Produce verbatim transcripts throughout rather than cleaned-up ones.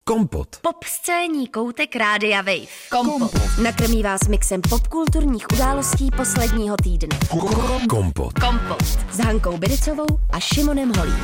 Kompot. Pop scéní koutek Rádia Wave. Kompot. Nakrmí vás mixem popkulturních událostí posledního týdne. Kompot. Kompot s Hankou Biricovou a Šimonem Holím.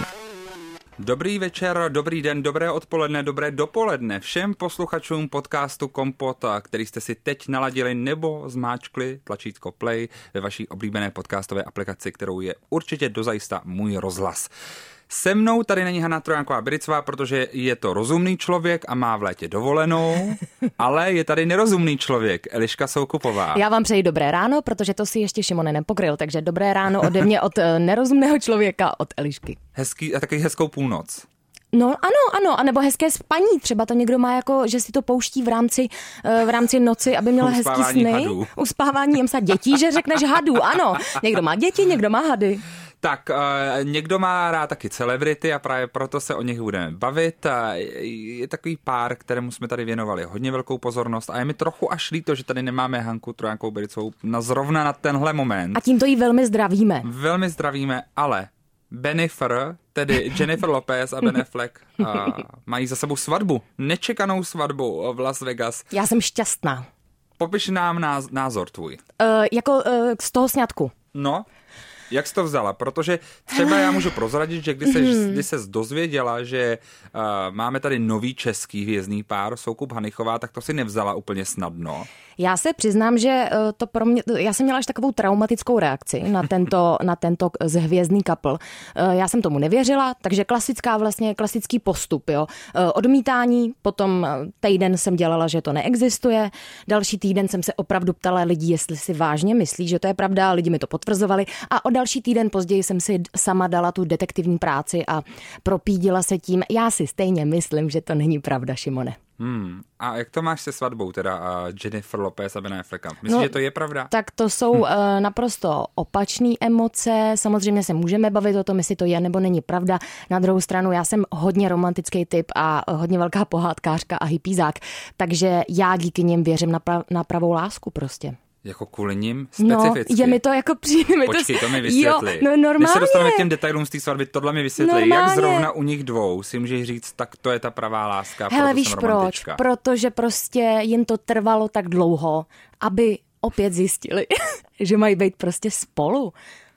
Dobrý večer, dobrý den, dobré odpoledne, dobré dopoledne všem posluchačům podcastu Kompot, který jste si teď naladili nebo zmáčkli tlačítko play ve vaší oblíbené podcastové aplikaci, kterou je určitě dozajista Můj rozhlas. Se mnou tady není Hana Trojanková Biricová, protože je to rozumný člověk a má v létě dovolenou, ale je tady nerozumný člověk, Eliška Soukupová. Já vám přeji dobré ráno, protože to si ještě Šimone nepokryl, takže dobré ráno ode mě, od nerozumného člověka, od Elišky. Hezký a taky hezkou půlnoc. No ano, ano, anebo hezké spaní, třeba to někdo má jako, že si to pouští v rámci, v rámci noci, aby měla hezký sny. Hadů. Uspávání jemsa dětí, že řekneš hadů, ano. Někdo má děti, někdo má hady. Tak, uh, někdo má rád taky celebrity a právě proto se o nich budeme bavit. A je takový pár, kterému jsme tady věnovali hodně velkou pozornost a je mi trochu až líto, že tady nemáme Hanku Trojankovou Biricovou na zrovna na tenhle moment. A tímto jí velmi zdravíme. Velmi zdravíme, ale Bennifer, tedy Jennifer Lopez a Ben Affleck, uh, mají za sebou svatbu, nečekanou svatbu v Las Vegas. Já jsem šťastná. Popiš nám náz- názor tvůj. Uh, jako uh, z toho sňatku. No, jak jsi to vzala? Protože třeba já můžu prozradit, že když se, když se dozvěděla, že uh, máme tady nový český hvězdný pár, Soukup Hanichová, tak to si nevzala úplně snadno. Já se přiznám, že to pro mě, já jsem měla až takovou traumatickou reakci na tento, na tento zhvězdný couple. Já jsem tomu nevěřila, takže klasická vlastně, klasický postup, jo. Odmítání, potom týden jsem dělala, že to neexistuje, další týden jsem se opravdu ptala lidí, jestli si vážně myslí, že to je pravda, lidi mi to potvrzovali a o další týden později jsem si sama dala tu detektivní práci a propídila se tím, já si stejně myslím, že to není pravda, Šimone. Hmm. A jak to máš se svatbou, teda uh, Jennifer Lopez a Ben Afflecka? Myslíš, no, že to je pravda? Tak to jsou hmm. uh, naprosto opačné emoce. Samozřejmě se můžeme bavit o tom, jestli to je nebo není pravda. Na druhou stranu, já jsem hodně romantický typ a hodně velká pohádkářka a hippízák, takže já díky nim věřím na, pra- na pravou lásku prostě. Jako kvůli nim specificky? No, je mi to jako přijde. Počkej, to mi vysvětli. Jo, no normálně. Když se dostaneme k těm detailům z té svatby, tohle mi vysvětli. Normálně. Jak zrovna u nich dvou si můžeš říct, tak to je ta pravá láska. Hele, proto víš jsem proč? romantička. Protože prostě jim to trvalo tak dlouho, aby opět zjistili, že mají být prostě spolu.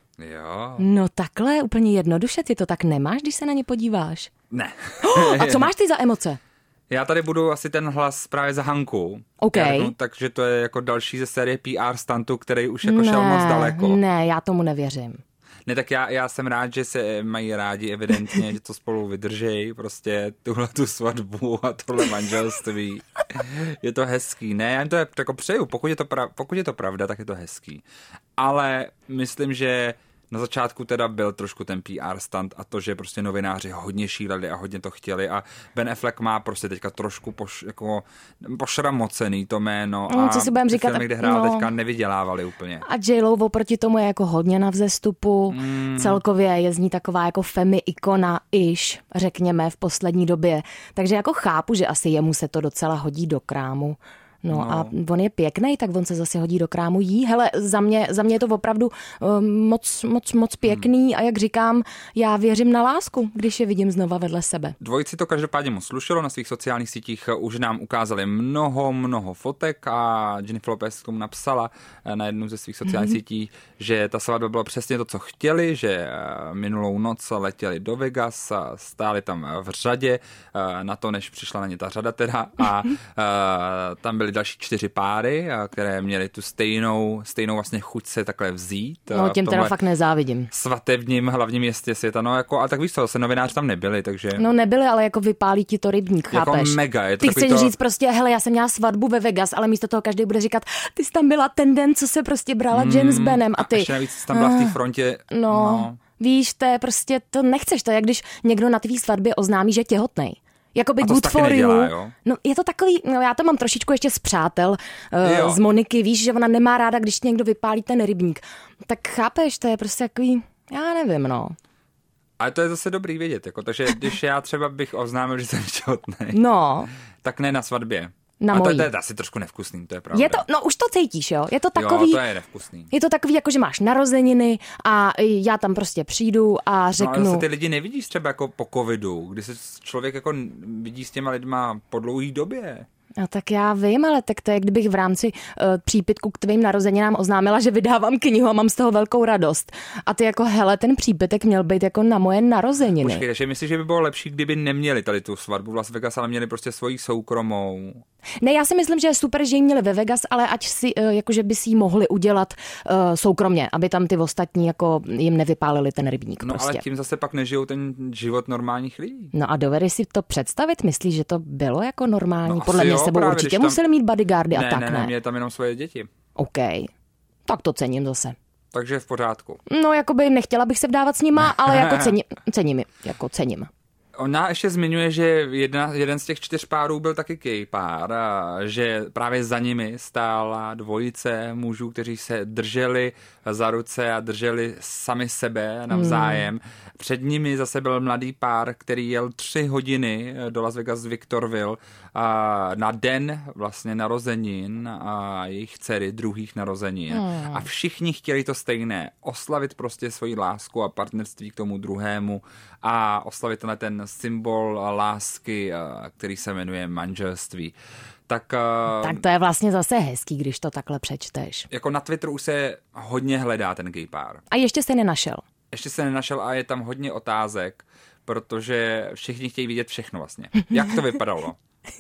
Jo. No takhle, úplně jednoduše, ty to tak nemáš, když se na ně podíváš. Ne. A co máš ty za emoce? Já tady budu asi ten hlas právě za Hanku. Okay. Řeknu, takže to je jako další ze série P R stuntu, který už jako ne, šel moc daleko. Ne, já tomu nevěřím. Ne, tak já, já jsem rád, že se mají rádi evidentně, že to spolu vydržejí, prostě tuhle tu svatbu a tohle manželství. Je to hezký. Ne, já jim to jako přeju, pokud je to, prav, pokud je to pravda, tak je to hezký. Ale myslím, že na začátku teda byl trošku ten P R stunt a to, že prostě novináři hodně šíleli a hodně to chtěli a Ben Affleck má prostě teďka trošku poš, jako pošramocený to jméno no, a co si budem ty říkat, filmy, kde hrál, no. teďka nevydělávali úplně. A J-Lo oproti tomu je jako hodně na vzestupu, mm. celkově je z ní taková jako femi ikona-ish, řekněme, v poslední době. Takže jako chápu, že asi jemu se to docela hodí do krámu. No, no a on je pěkný, tak on se zase hodí do krámu jí. Hele, za mě, za mě je to opravdu um, moc, moc, moc pěkný a jak říkám, já věřím na lásku, když je vidím znova vedle sebe. Dvojici to každopádně moc slušelo, na svých sociálních sítích už nám ukázali mnoho, mnoho fotek a Jennifer Lopez tomu napsala na jednu ze svých sociálních mm-hmm. sítí, že ta svatba byla přesně to, co chtěli, že minulou noc letěli do Vegas, stáli tam v řadě na to, než přišla na ně ta řada teda a tam byly další čtyři páry, které měly tu stejnou, stejnou vlastně chuť se takhle vzít. No těm teda fakt nezávidím. Svatebním hlavním městě světa. No jako, a tak víš co, se novináři tam nebyli, takže... No nebyli, ale jako vypálí ti to rybník, jako chápeš? Mega. Je to ty chceš to... říct prostě, hele, já jsem měla svatbu ve Vegas, ale místo toho každý bude říkat, ty jsi tam byla ten den, co se prostě brala mm, Jen s Benem a ty... A ještě navíc jsi tam byla v té frontě. No, no, víš, to je prostě, to nechceš, to je jak když někdo na tvý svatbě oznámí, že je těhotnej. Jakoby good for nedělá, you. Jo? No je to takový, no já to mám trošičku ještě z přátel, uh, z Moniky, víš, že ona nemá ráda, když někdo vypálí ten rybník. Tak chápeš, to je prostě takový, já nevím, no. Ale to je zase dobrý vědět, jako, takže když já třeba bych oznámil, že jsem těhotnej, no. tak ne na svatbě. Na a to, mojí. to je asi trošku nevkusný, to je pravda. Je to, no už to cítíš, jo? Je to takový... Jo, to je nevkusný. Je to takový, jako že máš narozeniny a já tam prostě přijdu a řeknu... No ale zase ty lidi nevidíš třeba jako po covidu, kdy se člověk jako vidí s těma lidma po dlouhý době. No tak já vím, ale tak to je, kdybych v rámci uh, přípitku k tvým narozeninám oznámila, že vydávám knihu a mám z toho velkou radost. A ty jako, hele, ten přípitek měl být jako na moje narozeniny. Počkej, takže myslíš, že by bylo lepší, kdyby neměli tady tu svatbu v Las Vegas, ale měli prostě svoji soukromou? Ne, já si myslím, že je super, že ji měli ve Vegas, ale ať si, uh, jakože by si ji mohli udělat uh, soukromně, aby tam ty ostatní jako jim nevypálili ten rybník. No prostě. Ale tím zase pak nežijou ten život normálních lidí. No a dovedeš si to představit? Myslíš, že to bylo jako normální? No Podle mě jo, sebou právě, určitě tam... museli mít bodyguardy a ne, tak, ne? ne? Ne, měli tam jenom svoje děti. OK, tak to cením zase. Takže v pořádku. No, jakoby nechtěla bych se vdávat s nima, ale jako cením, cením, jako cením. Ona ještě zmiňuje, že jedna, jeden z těch čtyř párů byl taky gay pár a že právě za nimi stála dvojice mužů, kteří se drželi za ruce a drželi sami sebe navzájem. Hmm. Před nimi zase byl mladý pár, který jel tři hodiny do Las Vegas z Victorville a na den vlastně narozenin a jejich dcery druhých narozenin. Hmm. A všichni chtěli to stejné. Oslavit prostě svoji lásku a partnerství k tomu druhému a oslavit tenhle ten symbol lásky, který se jmenuje manželství. Tak, tak to je vlastně zase hezký, když to takhle přečteš. Jako na Twitteru už se hodně hledá ten gay pár. A ještě se nenašel. Ještě se nenašel a je tam hodně otázek, protože všichni chtějí vidět všechno vlastně. Jak to vypadalo?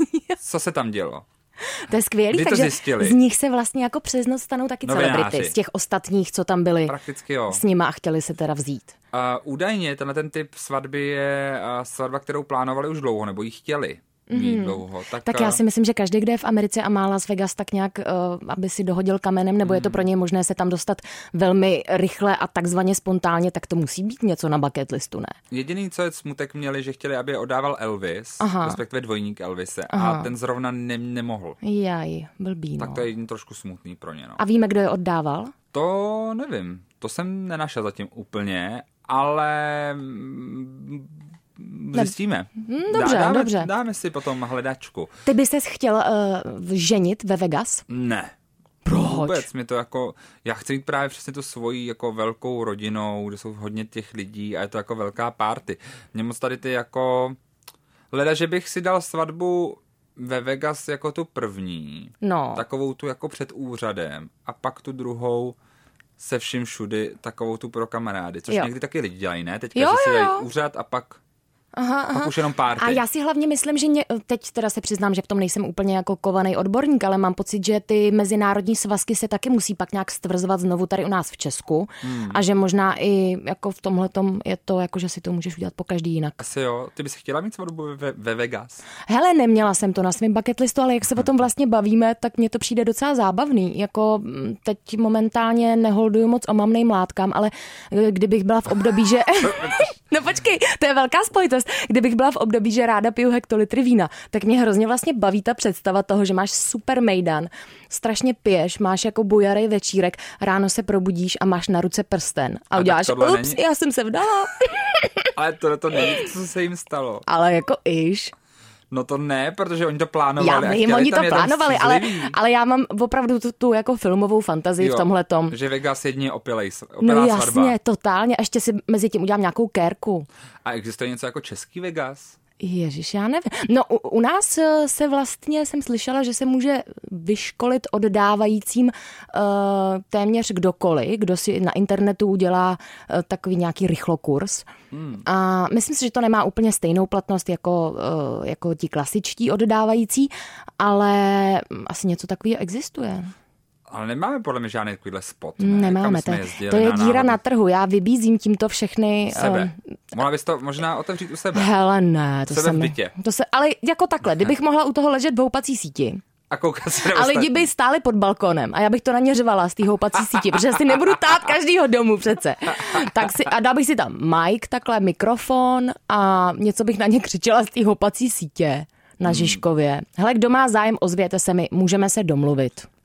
Co se tam dělo? To je skvělý, takže z nich se vlastně jako přes noc stanou taky novináři. Celebrity, z těch ostatních, co tam byli. Prakticky jo. S nima a chtěli se teda vzít. Uh, údajně tenhle ten typ svatby je uh, svatba, kterou plánovali už dlouho, nebo ji chtěli mít mm. dlouho. Tak, tak já si myslím, že každý, kdo je v Americe a má Las Vegas, tak nějak, uh, aby si dohodil kamenem, nebo mm. je to pro něj možné se tam dostat velmi rychle a takzvaně spontánně, tak to musí být něco na bucket listu, ne? Jediný, co je smutek měli, že chtěli, aby je oddával Elvis, Aha. respektive dvojník Elvise, Aha. a ten zrovna ne- nemohl. Jaj, blbý, no. Tak to je trošku smutný pro ně, no. A víme, kdo je oddával? To nevím, to jsem nenašel zatím úplně, ale zjistíme. Dobře, Dá, dáme, dobře. Dáme si potom hledačku. Ty by ses chtěl uh, ženit ve Vegas? Ne. Proč? Vůbec mi to jako, já chci mít právě přesně tu svoji jako velkou rodinou, kde jsou hodně těch lidí a je to jako velká party. Mě moc tady ty jako, leda, že bych si dal svatbu ve Vegas jako tu první, no. takovou tu jako před úřadem a pak tu druhou se vším všudy, takovou tu pro kamarády, což jo. někdy taky lidi dělají, ne? Teďka, jo, že si jo. dají úřad a pak Aha, aha. Pak už jenom párty. A já si hlavně myslím, že ně, teď teda se přiznám, že v tom nejsem úplně jako kovaný odborník, ale mám pocit, že ty mezinárodní svazky se taky musí pak nějak stvrzovat znovu tady u nás v Česku hmm. a že možná i jako v tomhletom je to jako, že si to můžeš udělat po každý jinak. Asi jo. Ty bys chtěla mít svatbu ve, ve Vegas? Hele, neměla jsem to na svém bucket listu, ale jak se o tom vlastně bavíme, tak mně to přijde docela zábavný. Jako teď momentálně neholduju moc omamným látkám, ale kdybych byla v období, že... No počkej, to je velká spojitost. Kdybych byla v období, že ráda piju hektolitry vína, tak mě hrozně vlastně baví ta představa toho, že máš super mejdan, strašně piješ, máš jako bujarej večírek, ráno se probudíš a máš na ruce prsten. A, a uděláš, ups, není... já jsem se vdala. Ale to, to není, co se jim stalo. Ale jako iš. No to ne, protože oni to plánovali. Já vím, oni to plánovali, ale, ale já mám opravdu tu, tu jako filmovou fantazii jo, v tomhletom. Že Vegas jedině opilej, opilá no jasně, svatba. Totálně. A ještě si mezi tím udělám nějakou kérku. A existuje něco jako český Vegas? Ježiš, já nevím. No u, u nás se vlastně, jsem slyšela, že se může vyškolit oddávajícím uh, téměř kdokoliv, kdo si na internetu udělá uh, takový nějaký rychlokurs. Hmm. A myslím si, že to nemá úplně stejnou platnost jako, uh, jako ti klasičtí oddávající, ale asi něco takového existuje. Ale nemáme podle mě žádný takovýhle spot. Ne? Nemáme, to, to je na díra na trhu. Já vybízím tímto všechny... Sebe. Uh, Mohla bys to možná otevřít u sebe? Hele, ne. To sebe se v bytě. To se, ale jako takhle, kdybych mohla u toho ležet v houpací síti. A koukat se na a lidi by stáli pod balkonem a já bych to na ně řvala z té houpací síti, protože si nebudu tát každýho domu přece. Tak si, a dal bych si tam mic, takhle mikrofon a něco bych na ně křičela z té houpací sítě na Žižkově. Hele, kdo má zájem, ozvěte se mi, můžeme se domluvit.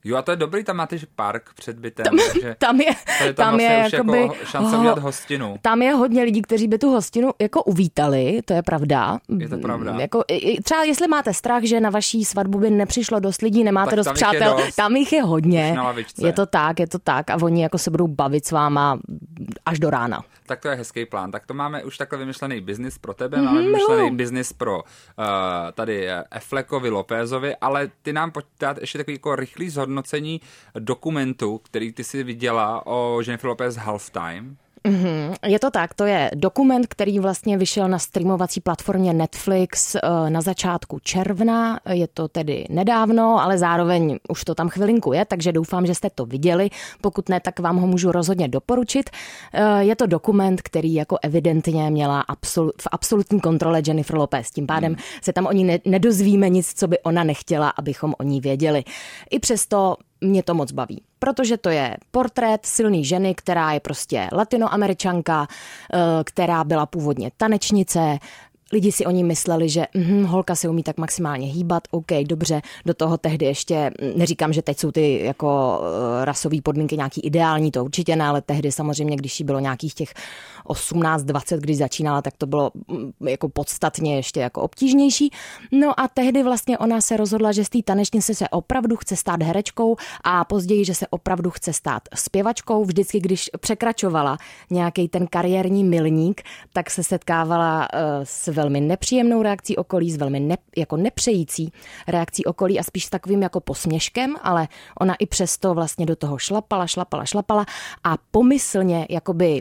Jo, a to je dobrý, tam máte park před bytem. Tam, takže tam je, to je tam, tam vlastně je už jakoby, jako šance udělat hostinu. Tam je hodně lidí, kteří by tu hostinu jako uvítali, to je pravda. Je to pravda. Jako, třeba jestli máte strach, že na vaší svatbu by nepřišlo dost lidí, nemáte tak dost přátel, dost. Tam jich je hodně. Je to tak, je to tak a oni jako se budou bavit s váma až do rána. Tak to je hezký plán. Tak to máme už takhle vymyšlený biznis pro tebe, mm-hmm, máme vymyšlený no. biznis pro uh, tady Affleckovi, Lopézovi, ale ty nám pojď dát ještě takový jako rychlý zhodnocení dokumentu, který ty si viděla o Jennifer Lopez Halftime. Mm-hmm. Je to tak, to je dokument, který vlastně vyšel na streamovací platformě Netflix na začátku června, je to tedy nedávno, ale zároveň už to tam chvilinku je, takže doufám, že jste to viděli, pokud ne, tak vám ho můžu rozhodně doporučit. Je to dokument, který jako evidentně měla absol- v absolutní kontrole Jennifer Lopez, tím pádem hmm. se tam o ní ne- nedozvíme nic, co by ona nechtěla, abychom o ní věděli. I přesto mě to moc baví, protože to je portrét silné ženy, která je prostě latinoameričanka, která byla původně tanečnice. Lidi si o ní mysleli, že hm, holka se umí tak maximálně hýbat, OK, dobře, do toho tehdy ještě, neříkám, že teď jsou ty jako uh, rasové podmínky nějaký ideální, to určitě ne, ale tehdy samozřejmě, když jí bylo nějakých těch osmnáct dvacet, když začínala, tak to bylo jako podstatně ještě jako obtížnější. No a tehdy vlastně ona se rozhodla, že z té tanečnice se opravdu chce stát herečkou a později, že se opravdu chce stát zpěvačkou. Vždycky, když překračovala nějaký ten kariérní milník, tak se setkávala uh, s velmi nepříjemnou reakcí okolí, s velmi ne, jako nepřející reakcí okolí a spíš s takovým jako posměškem, ale ona i přesto vlastně do toho šlapala, šlapala, šlapala a pomyslně jakoby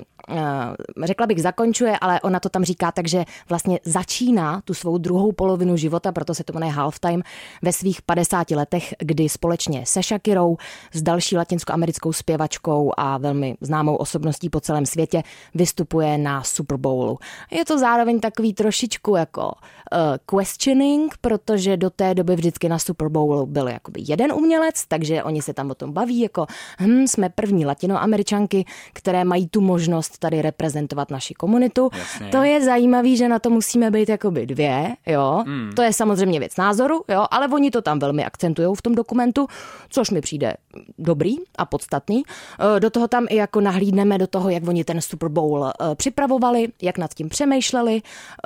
řekla bych zakončuje, ale ona to tam říká, takže vlastně začíná tu svou druhou polovinu života, proto se to jmenuje Halftime, ve svých padesáti letech, kdy společně se Shakirou, s další latinskoamerickou zpěvačkou a velmi známou osobností po celém světě vystupuje na Super Bowlu. Je to zároveň takový trošičku jako uh, questioning, protože do té doby vždycky na Super Bowlu byl jakoby jeden umělec, takže oni se tam o tom baví, jako hm, jsme první latinoameričanky, které mají tu možnost tady reprezentovat naši komunitu. Jasně. To je zajímavý, že na to musíme být jakoby dvě, jo. Mm. To je samozřejmě věc názoru, jo, ale oni to tam velmi akcentujou v tom dokumentu, což mi přijde dobrý a podstatný. Do toho tam i jako nahlídneme do toho, jak oni ten Super Bowl připravovali, jak nad tím přemýšleli.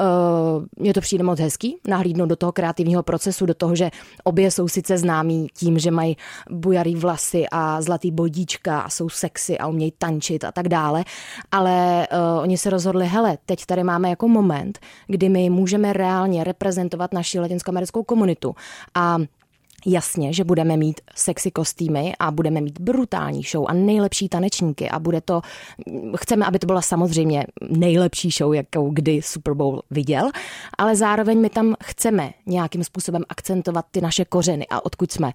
Mně to přijde moc hezký, nahlídnout do toho kreativního procesu, do toho, že obě jsou sice známí tím, že mají bujarý vlasy a zlatý bodíčka a jsou sexy a umějí tančit a tak dále, ale uh, oni se rozhodli, hele, teď tady máme jako moment, kdy my můžeme reálně reprezentovat naši latinskoamerickou komunitu a jasně, že budeme mít sexy kostýmy a budeme mít brutální show a nejlepší tanečníky a bude to, chceme, aby to byla samozřejmě nejlepší show, jakou kdy Super Bowl viděl, ale zároveň my tam chceme nějakým způsobem akcentovat ty naše kořeny a odkud jsme.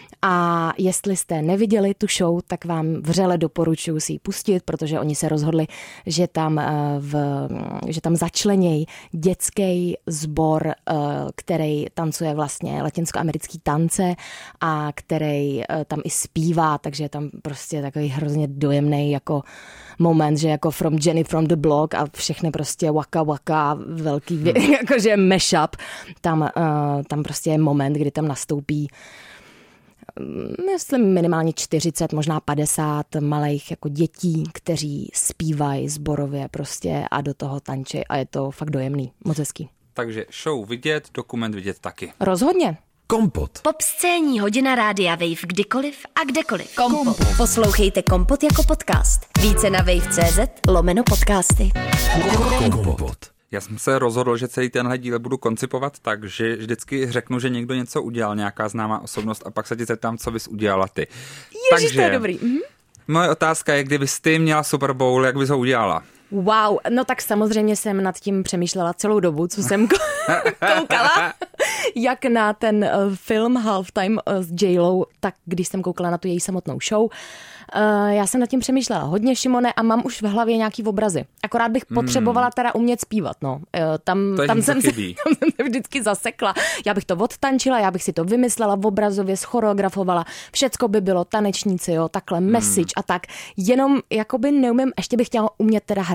A jestli jste neviděli tu show, tak vám vřele doporučuji si ji pustit, protože oni se rozhodli, že tam, v, že tam začlenějí dětský sbor, který tancuje vlastně latinskoamerický tance a který tam i zpívá, takže je tam prostě takový hrozně dojemný jako moment, že jako from Jenny from the block a všechny prostě waka waka, velký, hmm. jakože mashup. Tam, tam prostě je moment, kdy tam nastoupí myslím minimálně čtyřicet, možná padesát malých jako dětí, kteří zpívají sborově prostě a do toho tančí a je to fakt dojemný, moc hezký. Takže show vidět, dokument vidět taky. Rozhodně. Kompot. Pop scéní hodina rádia Wave kdykoliv a kdekoliv. Kompot. Kompot. Poslouchejte Kompot jako podcast. Více na wave tečka cé zet lomeno podcasty. Kompot. Já jsem se rozhodl, že celý tenhle díl budu koncipovat tak, že vždycky řeknu, že někdo něco udělal, nějaká známá osobnost a pak se ti zeptám, co bys udělala ty. Ježiš, Takže, to je dobrý. Mhm. Moje otázka je, kdybys ty měla Super Bowl, jak bys ho udělala? Wow, no tak samozřejmě jsem nad tím přemýšlela celou dobu, co jsem koukala, jak na ten film Halftime s J-Lo, tak když jsem koukala na tu její samotnou show. Já jsem nad tím přemýšlela hodně, Šimone, a mám už v hlavě nějaký obrazy. Akorát bych potřebovala teda umět zpívat, no. Tam, tam, jsem se, tam jsem se vždycky zasekla. Já bych to odtančila, já bych si to vymyslela v obrazově, schoreografovala. Všecko by bylo tanečníci, jo, takhle message hmm. a tak. Jenom jakoby neumím, ještě bych chtěla umět teda hrát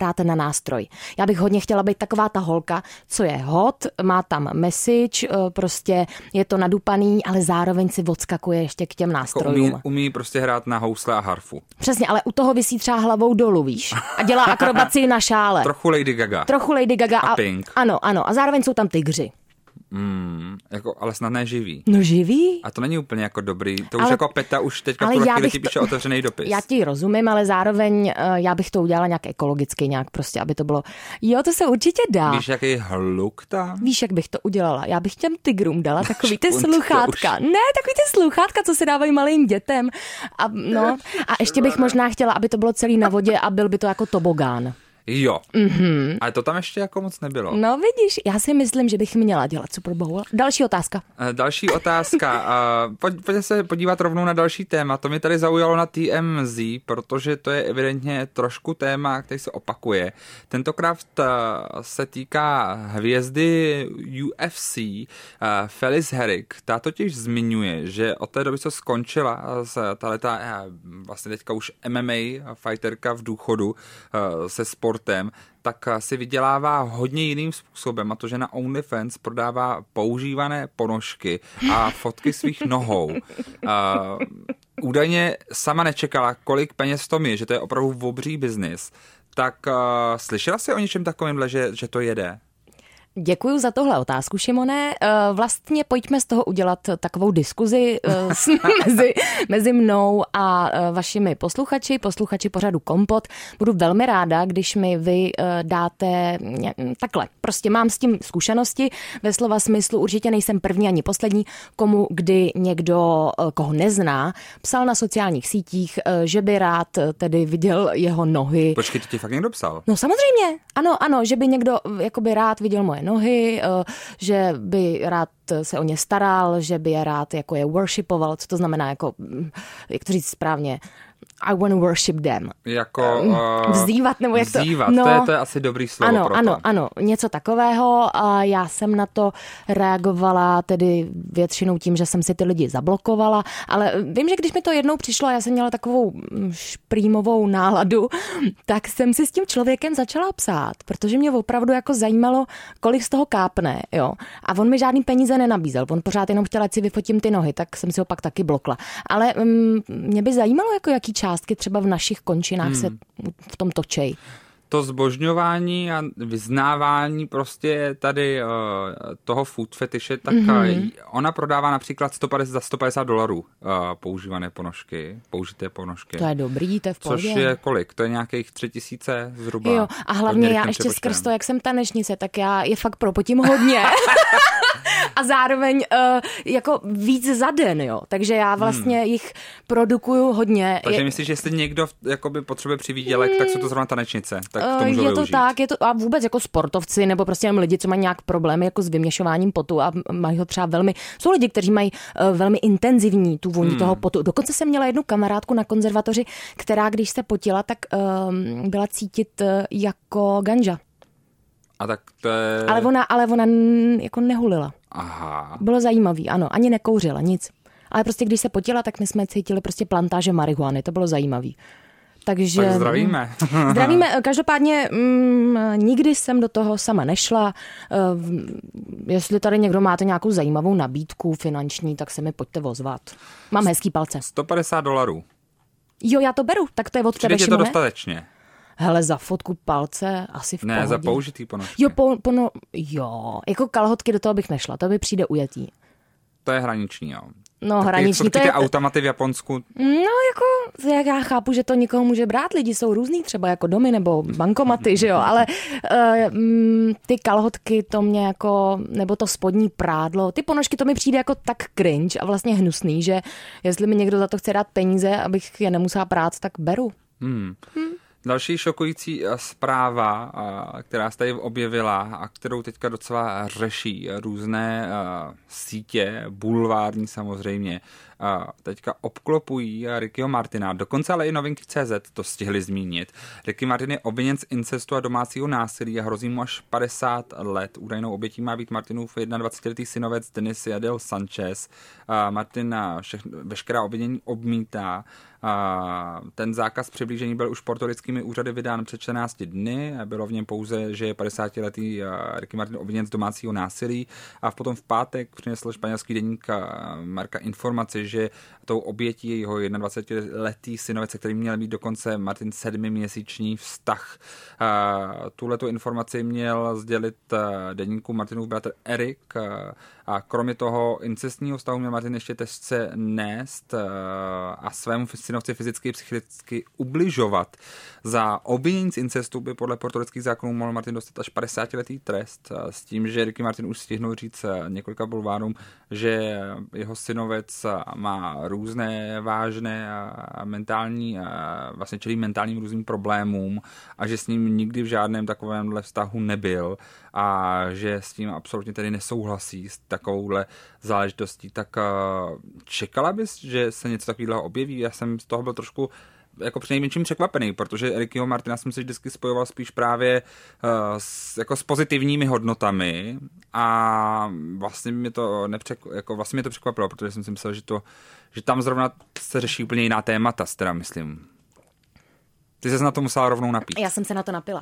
hrát na nástroj. Já bych hodně chtěla být taková ta holka, co je hot, má tam message, prostě je to nadupaný, ale zároveň si odskakuje ještě k těm nástrojům. Jako umí, umí prostě hrát na housle a harfu. Přesně, ale u toho visí třeba hlavou dolů, víš? A dělá akrobaci na šále. Trochu Lady Gaga. Trochu Lady Gaga. A, a Pink. Ano, ano. A zároveň jsou tam tygři. Mm, jako, ale snad ne živý. No živý? A to není úplně jako dobrý. To už ale, jako Peta už teďka v tuhle chvíli ti píše otevřený dopis. Já ti rozumím, ale zároveň uh, já bych to udělala nějak ekologicky, nějak prostě, aby to bylo... Jo, to se určitě dá. Víš, jaký hluk tam? Víš, jak bych to udělala? Já bych těm tygrům dala takový ty sluchátka. Už... Ne, takový ty sluchátka, co se dávají malým dětem. A, no, a ještě bych možná chtěla, aby to bylo celý na vodě a byl by to jako tobogán. Jo, mm-hmm. ale to tam ještě jako moc nebylo. No vidíš, já si myslím, že bych měla dělat Super Bowl. Další otázka. Další otázka. Pojďte se podívat rovnou na další téma. To mi tady zaujalo na T M Z, protože to je evidentně trošku téma, který se opakuje. Tentokrát se týká hvězdy U F C Felice Herrig. Ta totiž zmiňuje, že od té doby, co skončila tato vlastně teďka už M M A fighterka v důchodu se sportem, tak si vydělává hodně jiným způsobem, a to, že na OnlyFans prodává používané ponožky a fotky svých nohou. Uh, údajně sama nečekala, kolik peněz to je, že to je opravdu obří biznis. Tak uh, slyšela jsi o něčem takovémhle, že, že to jede? Děkuju za tohle otázku, Šimone. Vlastně pojďme z toho udělat takovou diskuzi mezi, mezi mnou a vašimi posluchači, posluchači pořadu Kompot. Budu velmi ráda, když mi vy dáte takhle. Prostě mám s tím zkušenosti ve slova smyslu, určitě nejsem první ani poslední, komu kdy někdo, koho nezná, psal na sociálních sítích, že by rád tedy viděl jeho nohy. Počkej, to ti fakt někdo psal? No samozřejmě, ano, ano, že by někdo jakoby rád viděl moje nohy, že by rád se o ně staral, že by je rád jako je worshipoval, co to znamená, jako, jak to říct správně, I want to worship them. Jako uh, vzývat, nebo jak to... Vzývat, no, to, je, to je asi dobrý slovo ano, pro to. Ano, ano, něco takového a já jsem na to reagovala tedy většinou tím, že jsem si ty lidi zablokovala, ale vím, že když mi to jednou přišlo a já jsem měla takovou šprýmovou náladu, tak jsem si s tím člověkem začala psát, protože mě opravdu jako zajímalo, kolik z toho kápne, jo. A on mi žádný peníze nenabízel, on pořád jenom chtěl, ať si vyfotím ty nohy, tak jsem si ho pak taky blokla. Ale um, mě by zajímalo, jako jaký částky třeba v našich končinách hmm. se v tom točej. To zbožňování a vyznávání prostě tady uh, toho food fetiše, tak mm-hmm. ona prodává například sto padesát, za sto padesát dolarů uh, používané ponožky, použité ponožky. To je dobrý, to je v pohodě. Což je kolik? To je nějakých tři tisíce zhruba. Jo, a hlavně já ještě skrz to, jak jsem tanečnice, tak já je fakt propotím hodně. A zároveň uh, jako víc za den, jo. Takže já vlastně hmm. jich produkuju hodně. Takže je... myslíš, že jestli někdo jakoby potřebuje přivýdělek, hmm. tak jsou to zrovna tanečnice, tak to můžou Je to využít. tak, je to a vůbec jako sportovci nebo prostě jenom lidi, co mají nějak problémy jako s vyměšováním potu a mají ho třeba velmi, jsou lidi, kteří mají uh, velmi intenzivní tu vůni hmm. toho potu. Dokonce jsem měla jednu kamarádku na konzervatoři, která když se potila, tak uh, byla cítit uh, jako ganža. A tak to je... Ale ona, ale ona n, jako nehulila. Aha. Bylo zajímavý, ano, ani nekouřila, nic. Ale prostě když se potila, tak my jsme cítili prostě plantáže marihuany, to bylo zajímavý. Takže, tak zdravíme. Zdravíme. Každopádně mm, nikdy jsem do toho sama nešla. Uh, jestli tady někdo máte nějakou zajímavou nabídku finanční, tak se mi pojďte ozvat. Mám hezký palce. sto padesát dolarů. Jo, já to beru, tak to je od tebe, Šimone. Je to dostatečně? Hele, za fotku palce asi v ne, pohodě. Ne, za použitý ponožky. Jo, po, po, no, jo, jako kalhotky do toho bych nešla, to by přijde ujetý. To je hraniční, jo. No, tak hraniční. To je... ty automaty v Japonsku. No, jako, jak já chápu, že to někoho může brát, lidi jsou různý, třeba jako domy nebo bankomaty, že jo, ale uh, mm, ty kalhotky to mě jako, nebo to spodní prádlo, ty ponožky to mi přijde jako tak cringe a vlastně hnusný, že jestli mi někdo za to chce dát peníze, abych je nemusela prát, tak beru. Hmm. Hmm. Další šokující zpráva, která se tady objevila a kterou teďka docela řeší různé sítě, bulvární samozřejmě, teďka obklopují Rickyho Martina, dokonce ale i novinky tečka cé zet to stihli zmínit. Ricky Martin je obviněn z incestu a domácího násilí a hrozí mu až padesát let. Údajnou obětí má být Martinův dvacetijednoletý synovec Denis Jadel Sanchez. Martin všechno, veškerá obvinění odmítá. Ten zákaz přiblížení byl už portorickými americkými úřady vydán před čtrnácti dny. Bylo v něm pouze, že je padesátiletý Ricky Martin obviněn z domácího násilí a potom v pátek přinesl španělský deník Marca informaci, že tou obětí je jeho dvacetijednoletý synovec, se kterým měl být dokonce Martin sedmiměsíční vztah. Tuhletu informaci měl sdělit deníku Martinův bratr Erik a kromě toho incestního vztahu měl Martin ještě těžce nést a svému synovci fyzicky i psychicky ubližovat. Za obvinění z incestu by podle portorických zákonů mohl Martin dostat až padesátiletý trest s tím, že Ricky Martin už stihnul říct několika bulvárům, že jeho synovec má různé vážné a mentální, a vlastně čelí mentálním různým problémům a že s ním nikdy v žádném takovémhle vztahu nebyl a že s tím absolutně tedy nesouhlasí s takovouhle záležitostí. Tak čekala bys, že se něco takového objeví? Já jsem z toho byl trošku jako přinejmenším překvapený, protože Rickyho Martina jsem si vždycky spojoval spíš právě uh, s, jako s pozitivními hodnotami a vlastně mě to nepřek, jako vlastně mě to překvapilo, protože jsem si myslel, že, to, že tam zrovna se řeší úplně jiná témata, teda myslím. Ty ses na to musela rovnou napít. Já jsem se na to napila.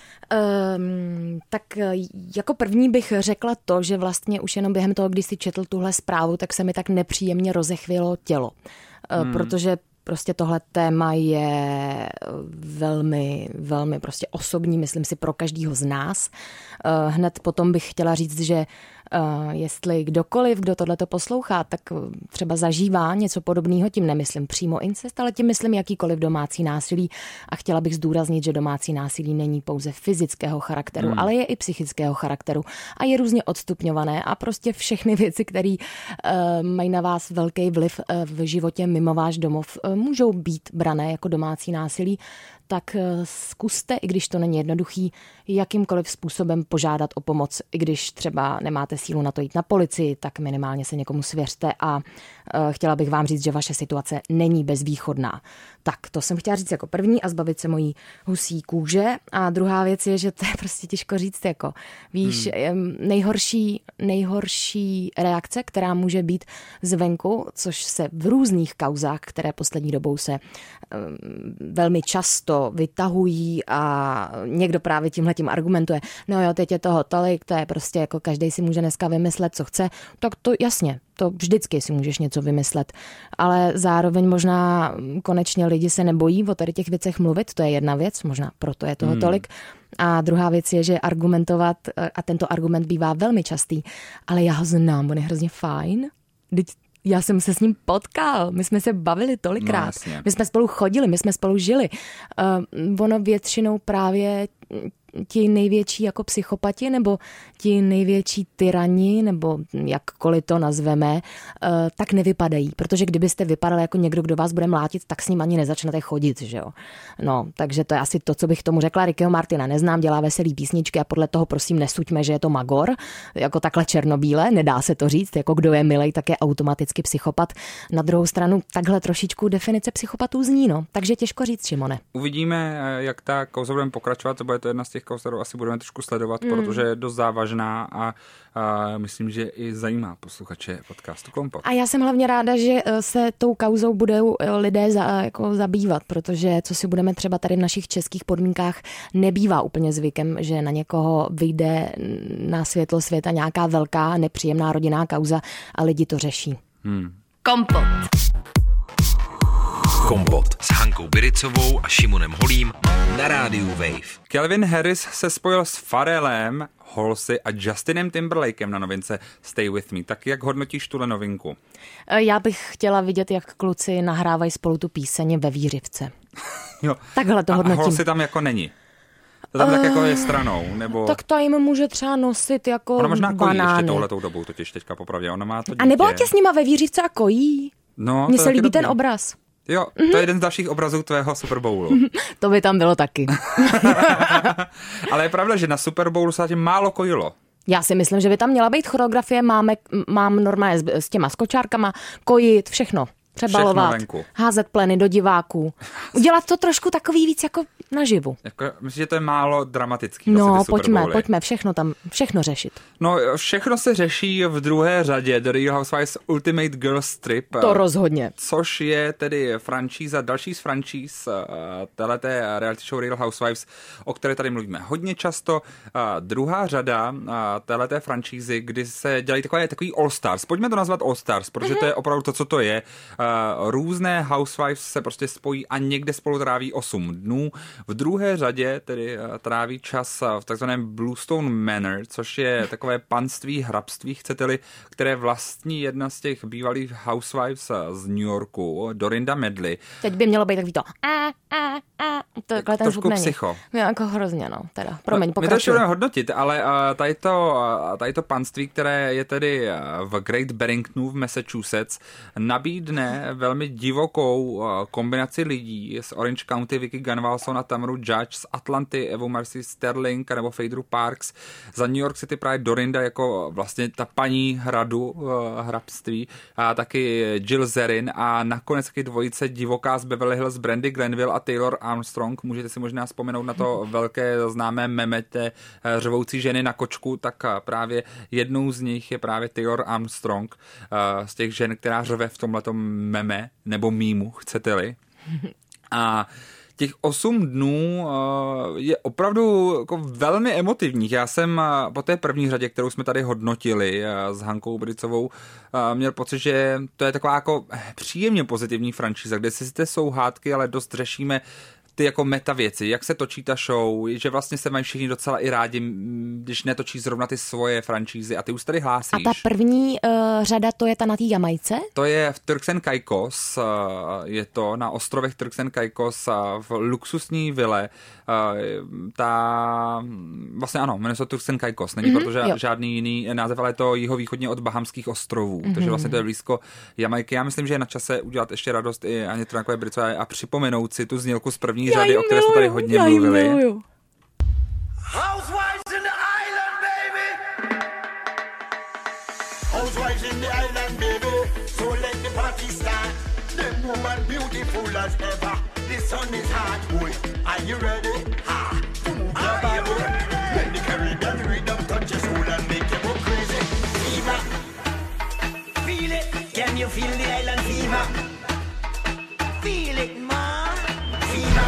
Um, tak jako první bych řekla to, že vlastně už jenom během toho, když si četl tuhle zprávu, tak se mi tak nepříjemně rozechvělo tělo. Hmm. Uh, protože prostě tohle téma je velmi, velmi prostě osobní, myslím si, pro každýho z nás. Hned potom bych chtěla říct, že jestli kdokoliv, kdo tohleto poslouchá, tak třeba zažívá něco podobného, tím nemyslím přímo incest, ale tím myslím jakýkoliv domácí násilí a chtěla bych zdůraznit, že domácí násilí není pouze fyzického charakteru, hmm. ale je i psychického charakteru a je různě odstupňované a prostě všechny věci, které uh, mají na vás velký vliv uh, v životě mimo váš domov, uh, můžou být brané jako domácí násilí, tak zkuste, i když to není jednoduchý, jakýmkoliv způsobem požádat o pomoc. I když třeba nemáte sílu na to jít na policii, tak minimálně se někomu svěřte a chtěla bych vám říct, že vaše situace není bezvýchodná. Tak to jsem chtěla říct jako první a zbavit se mojí husí kůže. A druhá věc je, že to je prostě těžko říct, jako víš, hmm. nejhorší, nejhorší reakce, která může být zvenku, což se v různých kauzách, které poslední dobou se um, velmi často vytahují a někdo právě tímhletím argumentuje, no jo, teď je toho tolik, to je prostě jako každej si může dneska vymyslet, co chce, tak to jasně, to vždycky si můžeš něco vymyslet, ale zároveň možná konečně lidi se nebojí o tady těch věcech mluvit, to je jedna věc, možná proto je toho hmm. tolik. A druhá věc je, že argumentovat, a tento argument bývá velmi častý, ale já ho znám, on je hrozně fajn, teď já jsem se s ním potkal, my jsme se bavili tolikrát, no, my jsme spolu chodili, my jsme spolu žili. Uh, ono většinou právě ti největší jako psychopati nebo ti největší tyrani, nebo jakkoliv to nazveme, tak nevypadají. Protože kdybyste vypadali jako někdo, kdo vás bude mlátit, tak s ním ani nezačnete chodit, že jo. No, takže to je asi to, co bych tomu řekla. Rickyho Martina neznám, dělá veselý písničky a podle toho prosím nesuďme, že je to magor, jako takhle černobíle, nedá se to říct, jako kdo je milej, tak je automaticky psychopat. Na druhou stranu takhle trošičku definice psychopatů zní, no. Takže těžko říct, Šimone. Uvidíme, jak ta kauza budeme pokračovat, to bude to jedna z těch kauz, kterou asi budeme trošku sledovat, mm. protože je dost závažná a, a myslím, že i zajímá posluchače podcastu Kompot. A já jsem hlavně ráda, že se tou kauzou budou lidé za, jako zabývat, protože co si budeme třeba tady v našich českých podmínkách nebývá úplně zvykem, že na někoho vyjde na světlo světa nějaká velká nepříjemná rodinná kauza a lidi to řeší. Hmm. Kompot. Kompot s Hankou Biricovou a Šimonem Holím na rádiu Wave. Calvin Harris se spojil s Pharrellem, Halsey a Justinem Timberlakem na novince Stay With Me. Tak jak hodnotíš tuhle novinku? Já bych chtěla vidět, jak kluci nahrávají spolu tu píseň ve výřivce. Jo. Takhle to hodnotím. A Halsey tam jako není? To tam uh, tak jako je stranou, nebo... Tak to jim může třeba nosit jako ona možná kojí banány. Ještě touhletou dobou, totiž teďka popravdě. Ona má to dítě. A nebo tě s nima ve výřivce a kojí. No, mně se líbí ten obraz. Jo, to mm-hmm. je jeden z dalších obrazů tvého Super Bowlu. To by tam bylo taky. Ale je pravda, že na Super Bowlu se tím málo kojilo. Já si myslím, že by tam měla být choreografie, máme, mám normálně s, s těma skočárkama, kojit, všechno. Přebalovat, házet pleny do diváků. Udělat to trošku takový víc jako naživu. Jako, myslím, že to je málo dramatický. No, vlastně pojďme, pojďme všechno tam, všechno řešit. No, všechno se řeší v druhé řadě The Real Housewives Ultimate Girls Trip. To rozhodně. Což je tedy franšíza, další z franšíz téhleté reality show Real Housewives, o které tady mluvíme hodně často. Druhá řada téhleté franšízy, kdy se dělají takové, takový All Stars. Pojďme to nazvat All Stars, protože mm-hmm. to je opravdu to, co to je. Různé housewives se prostě spojí a někde spolu tráví osm dnů. V druhé řadě tedy tráví čas v takzvaném Bluestone Manor, což je takové panství, hrabství, chcete-li, které vlastní jedna z těch bývalých housewives z New Yorku, Dorinda Medley. Teď by mělo být takový to a, a, a. To je trošku psycho. No, jako hrozně, no. Teda, promiň, no, pokračuj. My to ještě budeme hodnotit, ale uh, tady, to, uh, tady to panství, které je tedy uh, v Great Barringtonu v Massachusetts, nabídne velmi divokou uh, kombinaci lidí z Orange County, Vicky Gunvalson a Tamaru Judge, z Atlanty Evu Marcy Sterling nebo Phaedru Parks, za New York City právě Dorinda jako vlastně ta paní hradu uh, hrabství, a taky Jill Zerin a nakonec taky dvojice divoká z Beverly Hills, Brandy Glanville a Taylor Armstrong. Můžete si možná vzpomenout na to velké známé meme té řvoucí ženy na kočku, tak právě jednou z nich je právě Taylor Armstrong, z těch žen, která řve v tomhletom meme, nebo mýmu, chcete-li. A těch osm dnů je opravdu jako velmi emotivních. Já jsem po té první řadě, kterou jsme tady hodnotili s Hankou Brycovou, měl pocit, že to je taková jako příjemně pozitivní franšíza, kde si zde jsou hádky, ale dost řešíme ty jako meta věci, jak se točí ta show, že vlastně se mají všichni docela i rádi, když netočí zrovna ty svoje franšízy a ty už tady hlásíš. A ta první uh, řada, to je ta na té Jamajce? To je v Turks and Caicos, uh, je to na ostrovech Turks and Caicos uh, v luxusní vile. Uh, ta, vlastně ano, jmenuje se Turks and Caicos, není mm-hmm, proto ža- žádný jiný název, ale je to jihovýchodně od Bahamských ostrovů, mm-hmm. takže vlastně to je blízko Jamajky. Já myslím, že je na čase udělat ještě radost i Aně Trnákové Brycové a připomenout si tu znělku z první já řady, o které jsme tady hodně já mluvili. Housewives in the island, baby. Housewives in the island, baby. So let the party start. Them woman beautiful as ever. The sun is hot, boy. Are you ready? Ha! Are you ready? Let the Caribbean rhythm touch your soul and make you go crazy. Fever. Feel it. Can you feel the island fever? Feel it, man. Fever.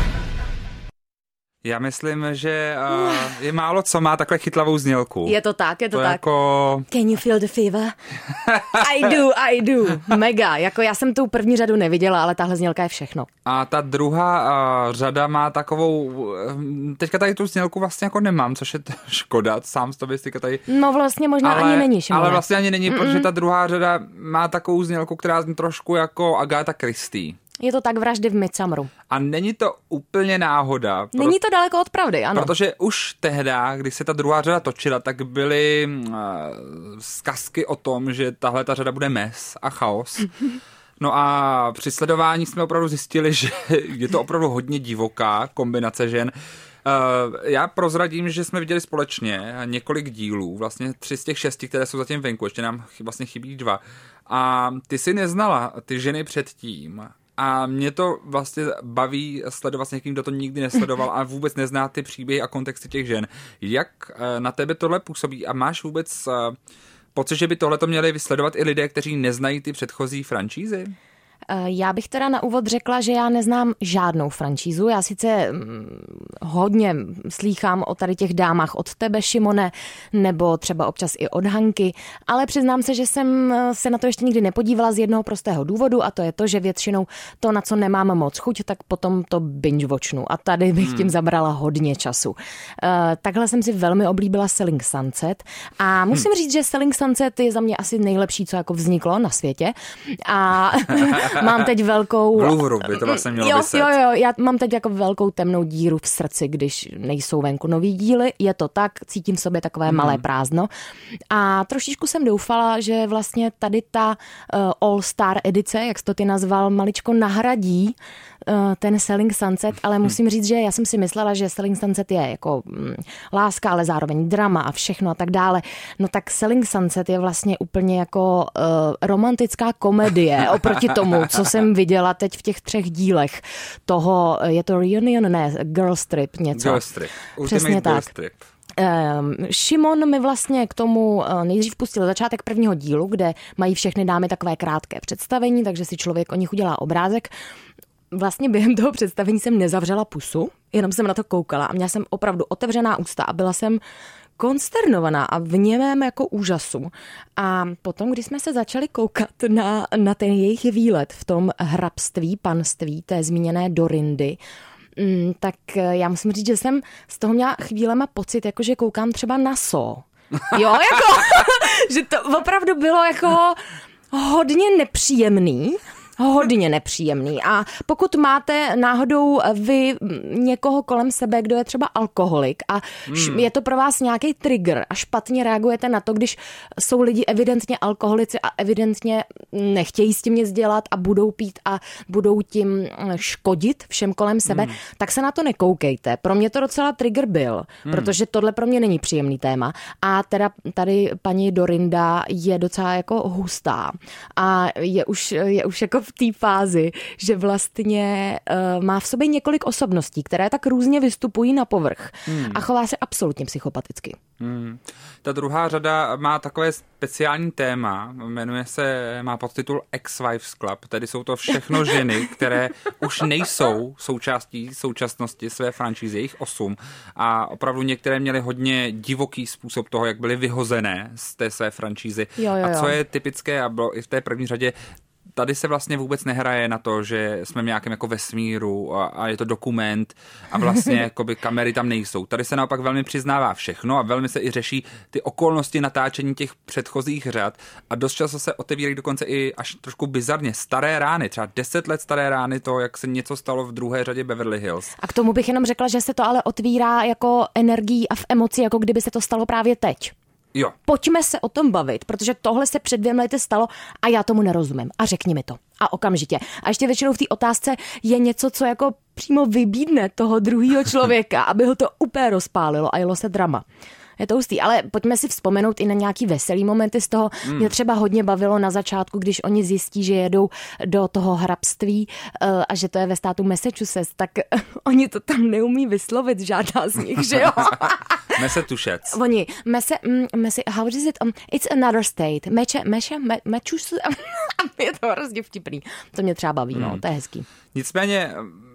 Já myslím, že uh, je málo co má takhle chytlavou znělku. Je to tak, je to, to tak. Jako... Can you feel the fever? I do, I do. Mega. Jako já jsem tu první řadu neviděla, ale tahle znělka je všechno. A ta druhá uh, řada má takovou... Uh, teďka tady tu znělku vlastně jako nemám, což je t- škoda. Sám z tobě teďka tady... No vlastně možná ale, ani není, Šimone. Ale vlastně ani není, Mm-mm. protože ta druhá řada má takovou znělku, která zní trošku jako Agatha Christie. Je to tak Vraždy v Midsummeru. A není to úplně náhoda. Není pro... to daleko od pravdy, ano. Protože už tehda, když se ta druhá řada točila, tak byly uh, zkazky o tom, že tahle ta řada bude mes a chaos. No a při sledování jsme opravdu zjistili, že je to opravdu hodně divoká kombinace žen. Uh, já prozradím, že jsme viděli společně několik dílů, vlastně tři z těch šesti, které jsou zatím venku, ještě nám vlastně chybí dva. A ty si neznala ty ženy předtím. A mě to vlastně baví sledovat s někým, kdo to nikdy nesledoval a vůbec nezná ty příběhy a kontexty těch žen. Jak na tebe tohle působí a máš vůbec pocit, že by tohle to měli vysledovat i lidé, kteří neznají ty předchozí franšízy? Já bych teda na úvod řekla, že já neznám žádnou franšízu. Já sice hodně slýchám o tady těch dámách od tebe, Šimone, nebo třeba občas i od Hanky, ale přiznám se, že jsem se na to ještě nikdy nepodívala z jednoho prostého důvodu a to je to, že většinou to, na co nemám moc chuť, tak potom to binge watchnu a tady bych hmm. tím zabrala hodně času. Uh, takhle jsem si velmi oblíbila Selling Sunset a musím hmm. říct, že Selling Sunset je za mě asi nejlepší, co jako vzniklo na světě a mám teď velkou... V Louvru by to vlastně mělo jo, vyset. Jo, jo, já mám teď jako velkou temnou díru v srdci, když nejsou venku nový díly. Je to tak, cítím v sobě takové mm. malé prázdno. A trošičku jsem doufala, že vlastně tady ta uh, All Star edice, jak jsi to ty nazval, maličko nahradí ten Selling Sunset, ale musím říct, že já jsem si myslela, že Selling Sunset je jako mm, láska, ale zároveň drama a všechno a tak dále. No tak Selling Sunset je vlastně úplně jako uh, romantická komedie oproti tomu, co jsem viděla teď v těch třech dílech toho, je to Reunion, ne, Girls Trip něco. Girls Trip. Přesně tak. Girls Trip. Um, Šimon mi vlastně k tomu uh, nejdřív pustil začátek prvního dílu, kde mají všechny dámy takové krátké představení, takže si člověk o nich udělá obrázek. Vlastně během toho představení jsem nezavřela pusu, jenom jsem na to koukala a měla jsem opravdu otevřená ústa a byla jsem konsternovaná a v němém jako úžasu. A potom, když jsme se začali koukat na, na ten jejich výlet v tom hrabství, panství, té zmíněné Dorindy, Mm, tak já musím říct, že jsem z toho měla chvílema pocit, jako že koukám třeba na So. Jo, jako, že to opravdu bylo jako hodně nepříjemný. Hodně nepříjemný. A pokud máte náhodou vy někoho kolem sebe, kdo je třeba alkoholik a hmm. je to pro vás nějaký trigger a špatně reagujete na to, když jsou lidi evidentně alkoholici a evidentně nechtějí s tím nic dělat a budou pít a budou tím škodit všem kolem sebe, hmm. tak se na to nekoukejte. Pro mě to docela trigger byl, hmm. protože tohle pro mě není příjemný téma. A teda tady paní Dorinda je docela jako hustá a je už, je už jako v té fázi, že vlastně uh, má v sobě několik osobností, které tak různě vystupují na povrch hmm. a chová se absolutně psychopaticky. Hmm. Ta druhá řada má takové speciální téma, jmenuje se, má podtitul Ex-Wives Club, tedy jsou to všechno ženy, které už nejsou součástí současnosti své franšízy, jich osm a opravdu některé měly hodně divoký způsob toho, jak byly vyhozené z té své franšízy. Jo, jo, jo. A co je typické a bylo i v té první řadě, tady se vlastně vůbec nehraje na to, že jsme v nějakém jako vesmíru a, a je to dokument a vlastně jakoby kamery tam nejsou. Tady se naopak velmi přiznává všechno a velmi se i řeší ty okolnosti natáčení těch předchozích řad a dost často se otevírají dokonce i až trošku bizarně staré rány, třeba deset let staré rány, to, jak se něco stalo v druhé řadě Beverly Hills. A k tomu bych jenom řekla, že se to ale otvírá jako energií a v emoci, jako kdyby se to stalo právě teď. Jo. Pojďme se o tom bavit, protože tohle se před dvěma lety stalo a já tomu nerozumím. A řekni mi to. A okamžitě. A ještě většinou v té otázce je něco, co jako přímo vybídne toho druhého člověka, aby ho to úplně rozpálilo a jelo se drama. Je to hustý, ale pojďme si vzpomenout i na nějaký veselý momenty z toho. Mm. Mě třeba hodně bavilo na začátku, když oni zjistí, že jedou do toho hrabství uh, a že to je ve státu Massachusetts, tak uh, oni to tam neumí vyslovit, žádná z nich, že jo? Massachusetts. Oni, mese, mese, how is it? Um, it's another state. Meče, meče, me, Massachusetts. Je to hrozně vtipný. To mě třeba baví, mm. no, to je hezký. Nicméně,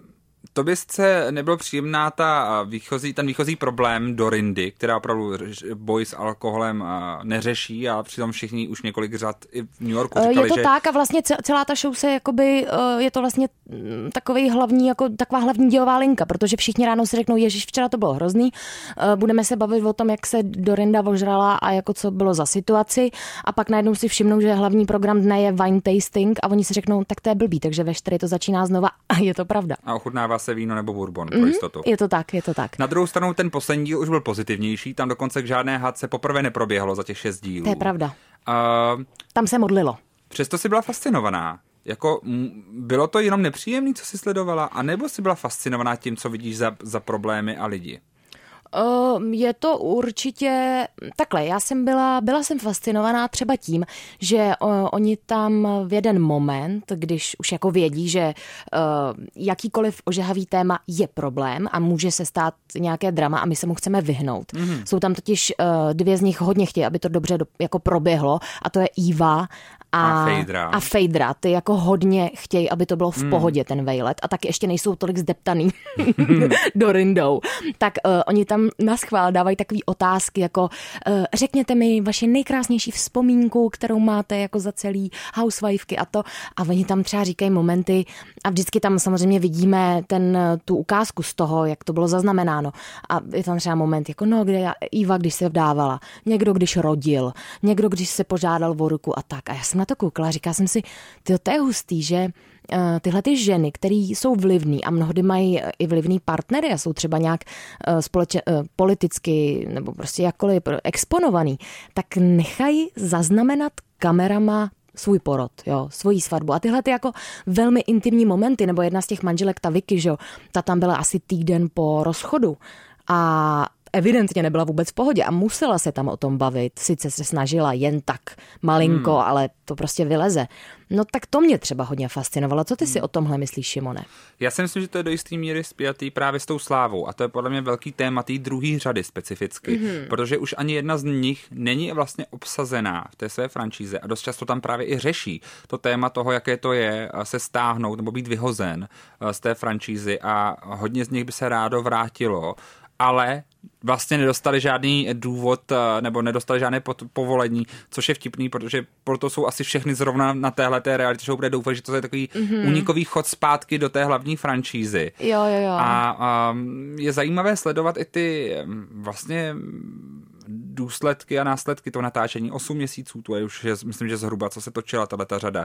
to by se nebylo příjemná ta výchozí, ten výchozí problém Dorindy, která opravdu boj s alkoholem neřeší a přitom všichni už několik řad i v New Yorku říkali, je to že... tak a vlastně celá ta show se jakoby, je to vlastně takový hlavní, jako taková hlavní dělová linka, protože všichni ráno si řeknou, ježiš, včera to bylo hrozný, budeme se bavit o tom, jak se Dorinda ožrala a jako co bylo za situaci a pak najednou si všimnou, že hlavní program dne je wine tasting a oni si řeknou, tak to je blbý, takže ve čtyři to začíná znova a je to pravda. A ochutnává se víno nebo bourbon, pro jistotu. Mm, je to tak, je to tak. Na druhou stranu ten poslední díl už byl pozitivnější, tam dokonce k žádné hádce poprvé neproběhlo za těch šest dílů. To je pravda. Uh, tam se modlilo. Přesto si byla fascinovaná. Jako, bylo to jenom nepříjemný, co jsi sledovala, anebo jsi byla fascinovaná tím, co vidíš za, za problémy a lidi? Je to určitě takhle, já jsem byla, byla jsem fascinovaná třeba tím, že o, oni tam v jeden moment, když už jako vědí, že uh, jakýkoliv ožehavý téma je problém a může se stát nějaké drama a my se mu chceme vyhnout. Mm-hmm. Jsou tam totiž uh, dvě z nich hodně chtějí, aby to dobře do, jako proběhlo a to je Eva a, a Fejdra. Ty jako hodně chtějí, aby to bylo v mm. pohodě ten vejlet a taky ještě nejsou tolik zdeptaný Dorindou. Tak uh, oni tam na schvál dávají takové otázky jako uh, řekněte mi vaši nejkrásnější vzpomínku, kterou máte jako za celý housewifeky a to. A oni tam třeba říkají momenty a vždycky tam samozřejmě vidíme ten, tu ukázku z toho, jak to bylo zaznamenáno. A je tam třeba moment jako no, kde Eva, když se vdávala, někdo, když rodil, někdo, když se požádal o ruku a tak. A já jsem na to koukala a říkala jsem si, tyjo, to je hustý, že tyhle ty ženy, které jsou vlivný a mnohdy mají i vlivný partnery a jsou třeba nějak společe, politicky nebo prostě jakkoliv exponovaný, tak nechají zaznamenat kamerama svůj porod, jo, svoji svatbu. A tyhle ty jako velmi intimní momenty, nebo jedna z těch manželek, ta Vicky, že jo, ta tam byla asi týden po rozchodu a evidentně nebyla vůbec v pohodě a musela se tam o tom bavit. Sice se snažila jen tak malinko, hmm. ale to prostě vyleze. No tak to mě třeba hodně fascinovalo. Co ty si o tomhle myslíš, Šimone? Já si myslím, že to je do jistý míry spjatý právě s tou slávou a to je podle mě velký téma té druhé řady specificky, mm-hmm. protože už ani jedna z nich není vlastně obsazená v té své franšíze a dost často tam právě i řeší to téma toho, jaké to je se stáhnout nebo být vyhozen z té franšízy a hodně z nich by se rádo vrátilo, ale vlastně nedostali žádný důvod nebo nedostali žádné povolení, což je vtipný, protože proto jsou asi všechny zrovna na téhleté reality show, protože doufají, že to je takový mm-hmm. unikový chod zpátky do té hlavní franšízy. Jo, jo, jo. A, a je zajímavé sledovat i ty vlastně důsledky a následky toho natáčení. Osm měsíců, to je už, myslím, že zhruba, co se točila tato řada.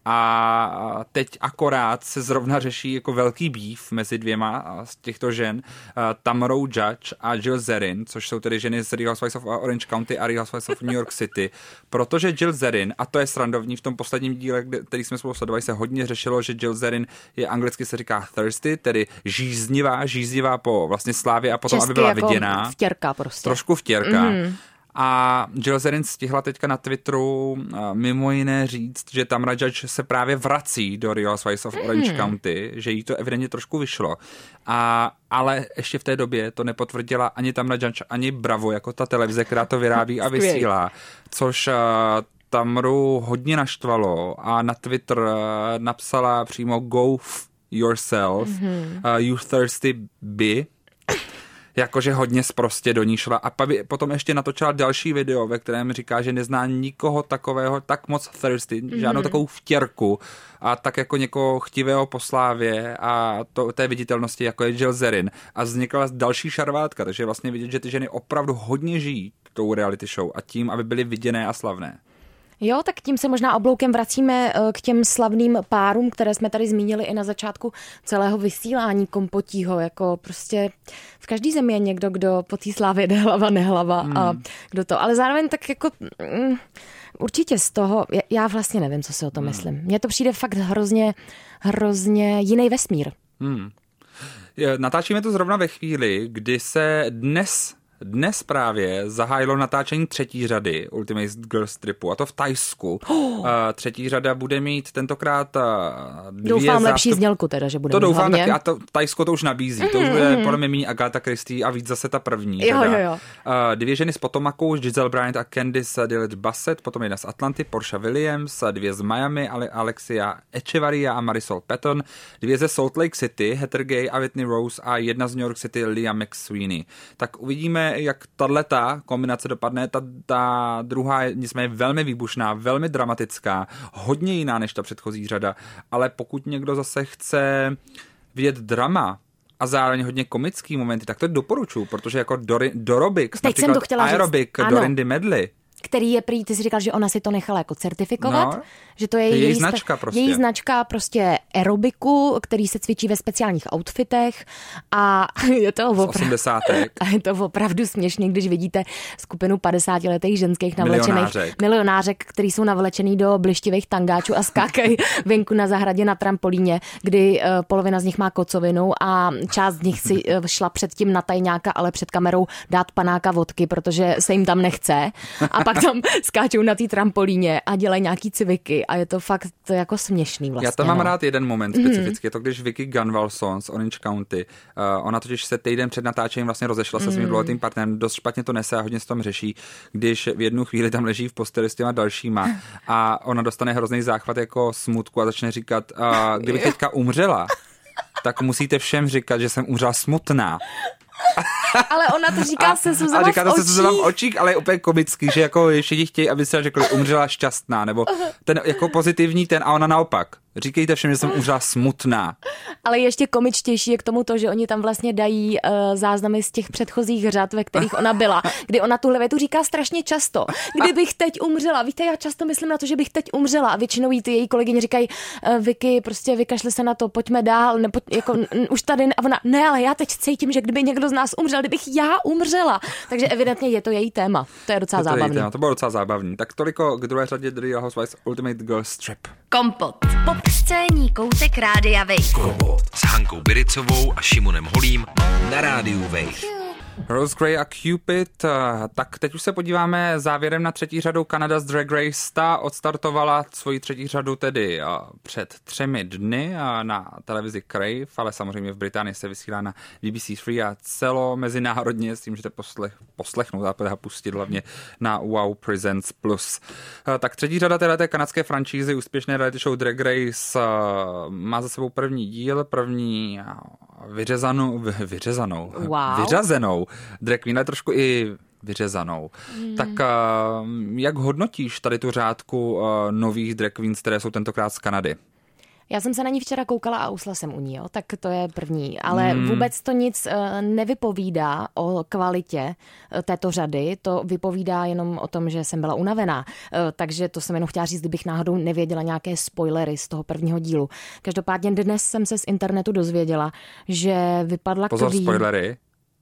A teď akorát se zrovna řeší jako velký býv mezi dvěma z těchto žen, Tamarou Judge a Jill Zarin, což jsou tedy ženy z Real Housewives of Orange County a Real Housewives of New York City, protože Jill Zarin, a to je srandovní, v tom posledním díle, který jsme spolu sledovali, se hodně řešilo, že Jill Zarin je anglicky se říká thirsty, tedy žíznivá, žíznivá po vlastně slávě a potom, Česky aby byla jako viděná. Vtěrka prostě. Trošku vtěrka. Mm. A Jill Zarin stihla teďka na Twitteru mimo jiné říct, že Tamara Judge se právě vrací do Real Housewives of Orange mm. County, že jí to evidentně trošku vyšlo. A, ale ještě v té době to nepotvrdila ani Tamara Judge, ani Bravo, jako ta televize, která to vyrábí a vysílá, což uh, Tamaru hodně naštvalo a na Twitter uh, napsala přímo go f yourself, mm-hmm. uh, you thirsty bee. Jakože hodně sprostě do ní šla a potom ještě natočila další video, ve kterém říká, že nezná nikoho takového tak moc thirsty, mm-hmm. žádnou takovou vtěrku a tak jako někoho chtivého po slávě a to, té viditelnosti, jako je Jill Zarin. A vznikla další šarvátka, takže vlastně vidět, že ty ženy opravdu hodně žijí tou reality show a tím, aby byly viděné a slavné. Jo, tak tím se možná obloukem vracíme k těm slavným párům, které jsme tady zmínili i na začátku celého vysílání Kompotího, jako prostě v každý zemi je někdo, kdo po té slávě jde hlava, nehlava hmm. a kdo to, ale zároveň tak jako mm, určitě z toho, já vlastně nevím, co si o tom hmm. myslím. Mně to přijde fakt hrozně, hrozně jiný vesmír. Hmm. Natáčíme to zrovna ve chvíli, kdy se dnes Dnes právě zahájilo natáčení třetí řady Ultimate Girls Tripu, a to v Thajsku. Oh. Třetí řada bude mít tentokrát dvě Doufám zástup... lepší znělku teda, že bude To mít doufám hlavně. taky a to Thajsko to už nabízí. Mm-hmm. To už bude podle mě méně Agatha Christie a víc zase ta první jo, řada. jo, jo. Dvě ženy z Potomacu, Giselle Bryant a Candice Dillard Bassett, potom jedna z Atlanty, Portia Williams, dvě z Miami, Alexia Echevarria a Marisol Patton, dvě ze Salt Lake City, Heather Gay a Whitney Rose a jedna z New York City, Leah McSweeney. Tak uvidíme, jak tato ta kombinace dopadne, ta, ta druhá je nicméně velmi výbušná, velmi dramatická, hodně jiná než ta předchozí řada, ale pokud někdo zase chce vidět drama a zároveň hodně komický momenty, tak to doporučuji, protože jako Dori, Dorobik, například Aerobic, Dorindy Medley, který je prý, ty jsi říkal, že ona si to nechala jako certifikovat, no, že to je, je její, její značka prostě. Její značka prostě aerobiku, který se cvičí ve speciálních outfitech a je to opravdu, a je to opravdu směšný, když vidíte skupinu padesátiletých ženských navlečených milionářek. milionářek, který jsou navlečený do blištivých tangáčů a skákají venku na zahradě na trampolíně, kdy uh, polovina z nich má kocovinu a část z nich si uh, šla předtím na tajňáka, ale před kamerou dát panáka vodky, protože se jim tam nechce. A pak tam skáčou na té trampolíně a dělají nějaký civiky a je to fakt jako směšný vlastně. Já tam mám no. rád jeden moment specificky, mm. je to když Vicky Gunvalson z Orange County, uh, ona totiž se týden před natáčením vlastně rozešla se svým mm. dlouholetým partnerem, dost špatně to nese a hodně se tam řeší, když v jednu chvíli tam leží v posteli s těma dalšíma a ona dostane hrozný záchvat jako smutku a začne říkat, uh, kdybych teďka umřela, tak musíte všem říkat, že jsem umřela smutná. Ale ona to říká a, se slzama v očích. A říká to se slzama v očích, ale je úplně komický, že jako všichni chtějí, aby se řekli umřela šťastná, nebo ten jako pozitivní ten a ona naopak. Říkejte všem, že jsem umřela smutná. Ale ještě komičtější je k tomu to, že oni tam vlastně dají uh, záznamy z těch předchozích řad, ve kterých ona byla, kdy ona tuhle větu říká strašně často. Kdybych teď umřela, víte, já často myslím na to, že bych teď umřela a většinou jí ty její kolegyně říkají, uh, Vicky, prostě vykašli se na to, pojďme dál, nebo jako n- už tady, a ona, ne, ale já teď cítím, že kdyby někdo z nás vás umřel, kdybych já umřela. Takže evidentně je to její téma. To je docela to zábavný. Téma, to bylo docela zábavný. Tak toliko k druhé řadě The Real Housewives Ultimate Girls Trip. Kompot. Pop scéní koutek Rádia Wave. Kompot s Hankou Biricovou a Šimonem Holím na rádiu Wave. Rose Gray a Cupid, tak teď už se podíváme závěrem na třetí řadu Canada's Drag Race. Ta odstartovala svoji třetí řadu tedy před třemi dny na televizi Crave, ale samozřejmě v Británii se vysílá na B B C tři a celo mezinárodně s tím, že to poslech, poslechnout a pustit hlavně na Wow Presents Plus. Tak třetí řada téhleté kanadské franšízy úspěšné reality show Drag Race má za sebou první díl, první vyřezanou, vyřezanou, wow. vyřazenou drag queen, ale trošku i vyřezanou. Mm. Tak uh, jak hodnotíš tady tu řádku uh, nových drag queens, které jsou tentokrát z Kanady? Já jsem se na ní včera koukala a usla jsem u ní, jo? Tak to je první. Ale mm. vůbec to nic uh, nevypovídá o kvalitě uh, této řady, to vypovídá jenom o tom, že jsem byla unavená. Uh, takže to jsem jenom chtěla říct, kdybych náhodou nevěděla nějaké spoilery z toho prvního dílu. Každopádně dnes jsem se z internetu dozvěděla, že vypadla Pozor, Queen. spoilery.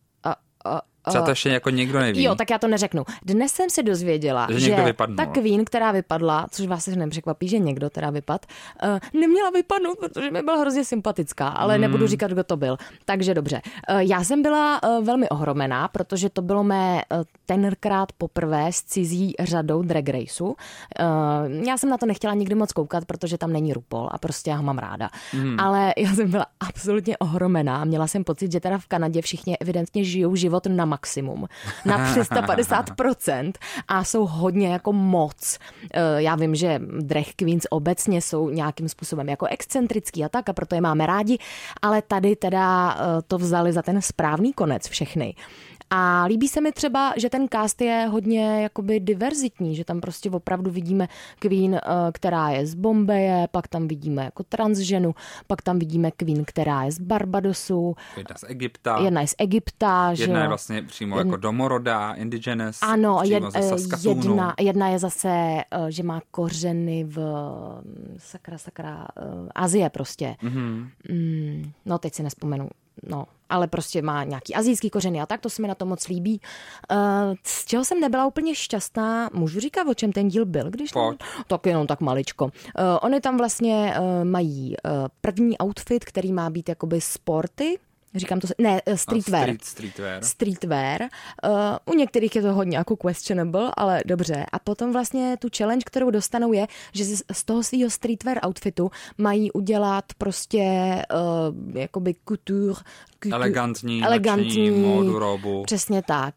Uh, uh, Třeba to ještě jako nikdo neví. Jo, tak já to neřeknu. Dnes jsem se dozvěděla, že, že vypadnul. ta Queen, která vypadla, což vás se nepřekvapí, že někdo teda vypad, uh, neměla vypadnout, protože mi byla hrozně sympatická, ale hmm. nebudu říkat, kdo to byl. Takže dobře. Uh, já jsem byla uh, velmi ohromená, protože to bylo mé uh, tenkrát poprvé s cizí řadou Drag Raceu. Uh, já jsem na to nechtěla nikdy moc koukat, protože tam není RuPaul a prostě já ho mám ráda. Hmm. Ale já jsem byla absolutně ohromená. Měla jsem pocit, že teda v Kanadě všichni evidentně žijou život na maximum, na tři sta padesát procent a jsou hodně jako moc. Já vím, že drag queens obecně jsou nějakým způsobem jako excentrický a tak a proto je máme rádi, ale tady teda to vzali za ten správný konec všechny. A líbí se mi třeba, že ten cast je hodně jakoby diverzitní, že tam prostě opravdu vidíme Queen, která je z Bombeje, pak tam vidíme jako transženu, pak tam vidíme Queen, která je z Barbadosu. Jedna z Egypta. Jedna je z Egypta. Jedna že je vlastně přímo jedna... jako domorodá, indigenous. Ano, přímo jed, ze Saskatoonu. jedna, jedna je zase, že má kořeny v sakra, sakra, Azie prostě. Mm-hmm. Mm, no teď si nespomenu. No, ale prostě má nějaký asijský kořeny a tak, to se mi na to moc líbí. Uh, z čeho jsem nebyla úplně šťastná, můžu říkat, o čem ten díl byl, když tam, tak jenom tak maličko. Uh, oni tam vlastně uh, mají uh, první outfit, který má být jakoby sporty, říkám to, ne, streetwear. Street, streetwear. Streetwear. Uh, u některých je to hodně jako questionable, ale dobře. A potom vlastně tu challenge, kterou dostanou je, že z toho svého streetwear outfitu mají udělat prostě uh, jakoby couture, couture elegantní, elegantní módu, robu. Přesně tak.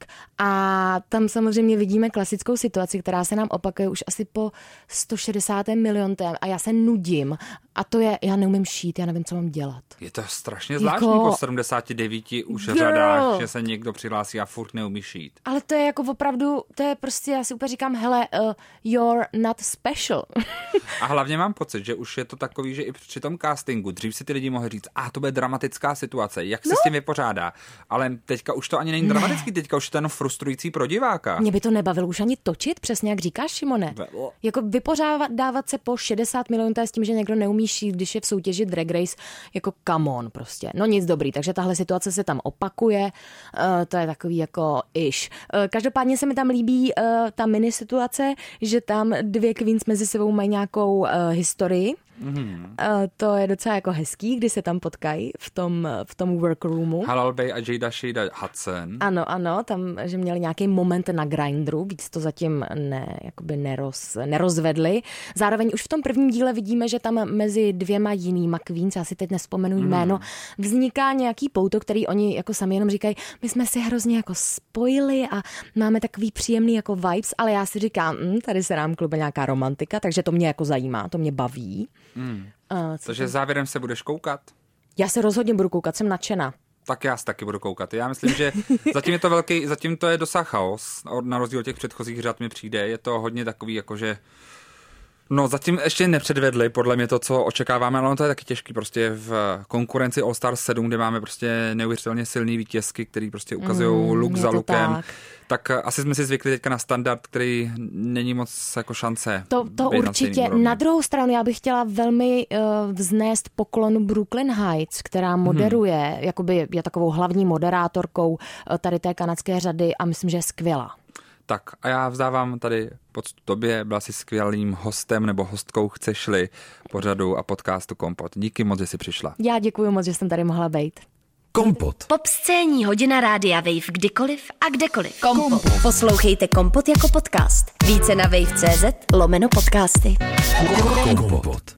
A tam samozřejmě vidíme klasickou situaci, která se nám opakuje už asi po sto šedesátém miliontém a já se nudím. A to je, já neumím šít, já nevím, co mám dělat. Je to strašně zvláštní jako... po sedmdesáti devíti už Girl. řadách, že se někdo přihlásí a furt neumí šít. Ale to je jako opravdu, to je prostě, já si úplně říkám, hele, uh, you're not special. A hlavně mám pocit, že už je to takový, že i při tom castingu, dřív si ty lidi mohli říct, a ah, to bude dramatická situace, jak se no. s tím vypořádá. Ale teďka už to ani není dramatický, teďka už je to jenom frustrující pro diváka. Mě by to nebavilo už ani točit, přesně jak říkáš, Šimone. Velo. Jako vypořádávat se po šedesát milionté s tím, že někdo neumí šít, když je v soutěži Drag Race, jako come on prostě. No nic dobrý, takže tahle situace se tam opakuje, uh, to je takový jako ish. Uh, každopádně se mi tam líbí uh, ta mini situace, že tam dvě queens mezi sebou mají nějakou uh, historii. Mm-hmm. Uh, to je docela jako hezký, když se tam potkají v tom, v tom workroomu. Halal Bay a Jada Shada Hudson. Ano, ano, tam, že měli nějaký moment na Grindru, víc to zatím ne, jakoby neroz, nerozvedli. Zároveň už v tom prvním díle vidíme, že tam mezi dvěma jinýma queens, já si teď nespomenu jméno, mm. vzniká nějaký pouto, který oni jako sami jenom říkají, my jsme si hrozně jako spojili a máme takový příjemný jako vibes, ale já si říkám, hm, tady se nám klube nějaká romantika, takže to mě jako zajímá, to mě baví. Mm. Uh, Takže to... závěrem se budeš koukat? Já se rozhodně budu koukat, jsem nadšená. Tak já se taky budu koukat. Já myslím, že zatím je to velký, zatím to je dosah chaos, na rozdíl od těch předchozích řad mi přijde. Je to hodně takový, jakože No zatím ještě nepředvedli podle mě to, co očekáváme, ale ono to je taky těžký prostě v konkurenci All Stars sedm, kde máme prostě neuvěřitelně silný vítězky, který prostě ukazují mm, luk za lukem. Tak. tak asi jsme si zvykli teďka na standard, který není moc jako šance. To, to určitě. Na, na druhou stranu já bych chtěla velmi uh, vznést poklon Brooklyn Heights, která moderuje, hmm. jakoby je takovou hlavní moderátorkou uh, tady té kanadské řady a myslím, že je skvělá. Tak a já vzdávám tady poctu tobě, byla jsi skvělým hostem nebo hostkou, chceš-li pořadu a podcastu Kompot. Díky moc, že jsi přišla. Já děkuji moc, že jsem tady mohla být. Kompot. Pop scéní hodina rádia Wave kdykoliv a kdekoliv. Kompot. Poslouchejte Kompot jako podcast. Více na wave tečka cz lomeno podcasty. Kompot.